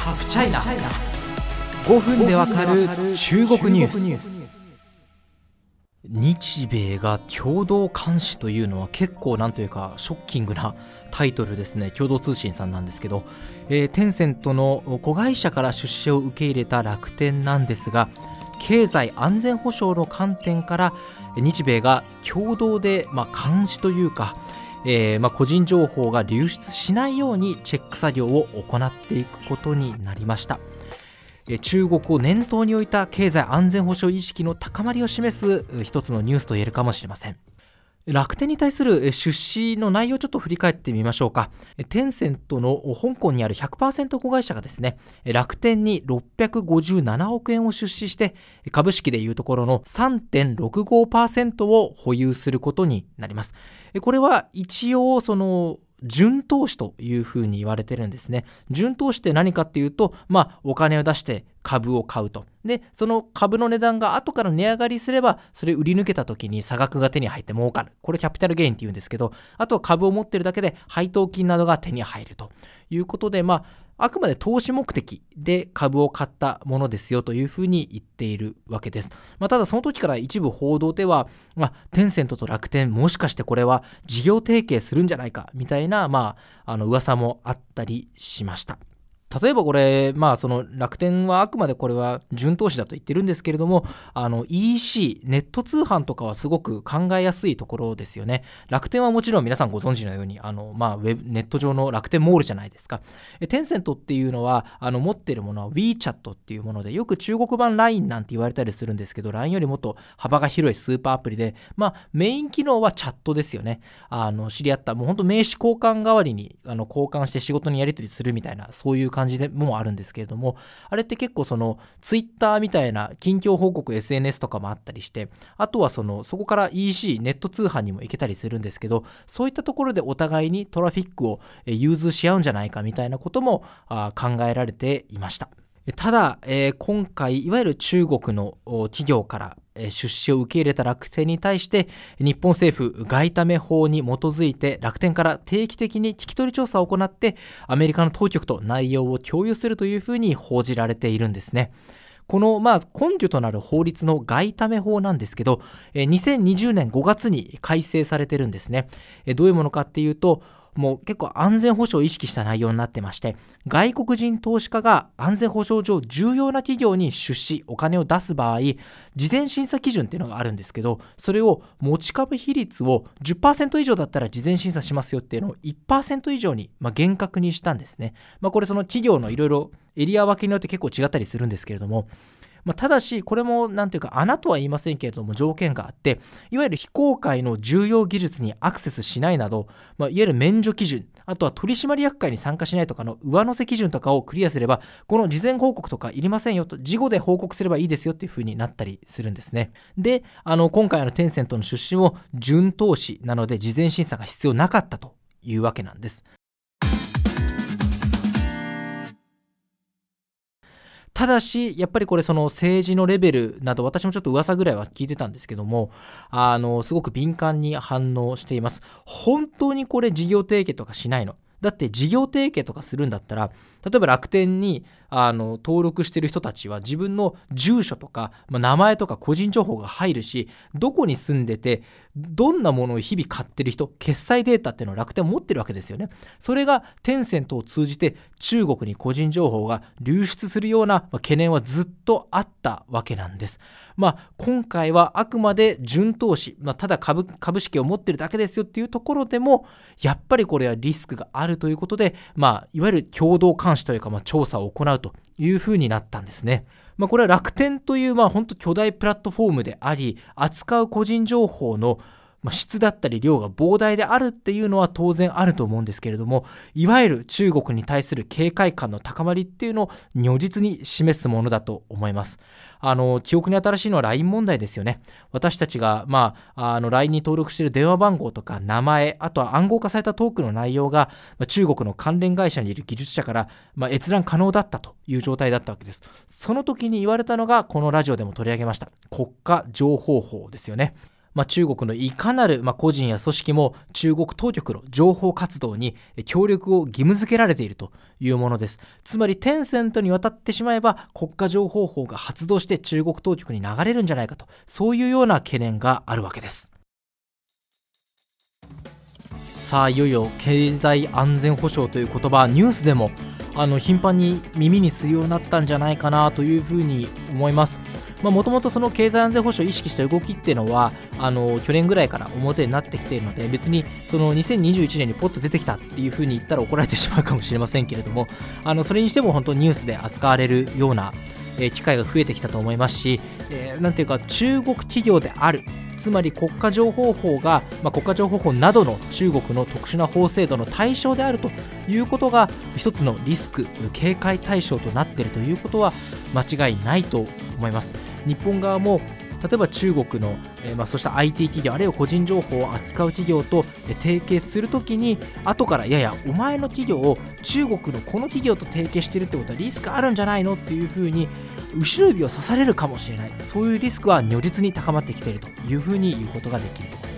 ハフチャイナ、5分でわかる中国ニュース。日米が共同監視というのは結構なんというかショッキングなタイトルですね。共同通信さんなんですけど、テンセントの子会社から出資を受け入れた楽天なんですが、経済安全保障の観点から日米が共同で監視というか、個人情報が流出しないようにチェック作業を行っていくことになりました。中国を念頭に置いた経済安全保障意識の高まりを示す一つのニュースと言えるかもしれません。楽天に対する出資の内容をちょっと振り返ってみましょうか。テンセントの香港にある 100% 子会社がですね、楽天に657億円を出資して株式でいうところの 3.65% を保有することになります。これは一応純投資というふうに言われてるんですね。純投資って何かっていうと、お金を出して株を買うと。で、その株の値段が後から値上がりすれば、それ売り抜けた時に差額が手に入って儲かる。これキャピタルゲインって言うんですけど、あとは株を持ってるだけで配当金などが手に入るということで、あくまで投資目的で株を買ったものですよというふうに言っているわけです。ただその時から一部報道では、テンセントと楽天もしかしてこれは事業提携するんじゃないかみたいな、噂もあったりしました。例えばこれ、その楽天はあくまでこれは純投資だと言ってるんですけれども、EC、ネット通販とかはすごく考えやすいところですよね。楽天はもちろん皆さんご存知のように、ネット上の楽天モールじゃないですか。テンセントっていうのは、持っているものは WeChat っていうもので、よく中国版 LINE なんて言われたりするんですけど、LINE よりもっと幅が広いスーパーアプリで、メイン機能はチャットですよね。知り合った、もう本当名刺交換代わりに交換して仕事にやり取りするみたいな、そういう感じでもあるんですけれども、あれって結構ツイッターみたいな近況報告 SNS とかもあったりして、あとはそこから EC ネット通販にも行けたりするんですけど、そういったところでお互いにトラフィックを融通し合うんじゃないかみたいなことも考えられていました。ただ、今回いわゆる中国の企業から出資を受け入れた楽天に対して日本政府外為法に基づいて楽天から定期的に聞き取り調査を行ってアメリカの当局と内容を共有するというふうに報じられているんですね。この根拠となる法律の外為法なんですけど、2020年5月に改正されてるんですね。どういうものかっていうと、もう結構安全保障を意識した内容になってまして、外国人投資家が安全保障上重要な企業に出資、お金を出す場合、事前審査基準っていうのがあるんですけど、それを持ち株比率を 10% 以上だったら事前審査しますよっていうのを 1% 以上に厳格にしたんですね。これ企業のいろいろエリア分けによって結構違ったりするんですけれども、ただしこれもなんていうか穴とは言いませんけれども条件があって、いわゆる非公開の重要技術にアクセスしないなど、いわゆる免除基準、あとは取締役会に参加しないとかの上乗せ基準とかをクリアすれば、この事前報告とかいりませんよと、事後で報告すればいいですよっていう風になったりするんですね。で、今回テンセントの出資も純投資なので事前審査が必要なかったというわけなんです。ただしやっぱりこれ政治のレベルなど、私もちょっと噂ぐらいは聞いてたんですけども、すごく敏感に反応しています。本当にこれ事業提携とかしないの？だって事業提携とかするんだったら、例えば楽天に登録してる人たちは自分の住所とか、名前とか個人情報が入るし、どこに住んでてどんなものを日々買ってる人、決済データっていうのを楽天持ってるわけですよね。それがテンセントを通じて中国に個人情報が流出するような懸念はずっとあったわけなんです。今回はあくまで純投資、ただ株式を持ってるだけですよっていうところでも、やっぱりこれはリスクがあるということで、いわゆる共同監視というか、調査を行うというふうになったんですね。これは楽天という本当巨大プラットフォームであり、扱う個人情報の質だったり量が膨大であるっていうのは当然あると思うんですけれども、いわゆる中国に対する警戒感の高まりっていうのを如実に示すものだと思います。記憶に新しいのは LINE 問題ですよね。私たちがLINE に登録している電話番号とか名前、あとは暗号化されたトークの内容が中国の関連会社にいる技術者から閲覧可能だったという状態だったわけです。その時に言われたのがこのラジオでも取り上げました国家情報法ですよね。 中国のいかなる、個人や組織も中国当局の情報活動に協力を義務付けられているというものです。つまりテンセントに渡ってしまえば国家情報法が発動して中国当局に流れるんじゃないかと、そういうような懸念があるわけです。さあいよいよ経済安全保障という言葉、ニュースでも頻繁に耳にするようになったんじゃないかなというふうに思います。もともとその経済安全保障を意識した動きっていうのは去年ぐらいから表になってきているので、別にその2021年にポッと出てきたっていうふうに言ったら怒られてしまうかもしれませんけれども、それにしても本当にニュースで扱われるような機会が増えてきたと思いますし、なんていうか中国企業である、つまり国家情報法が、国家情報法などの中国の特殊な法制度の対象であるということが一つのリスク、警戒対象となっているということは間違いないと思います。日本側も例えば中国の、そうした IT 企業あるいは個人情報を扱う企業と提携するときに、後からいやいやお前の企業を中国のこの企業と提携してるってことはリスクあるんじゃないのっていうふうに後ろ指を刺されるかもしれない、そういうリスクは如実に高まってきているというふうに言うことができると思います。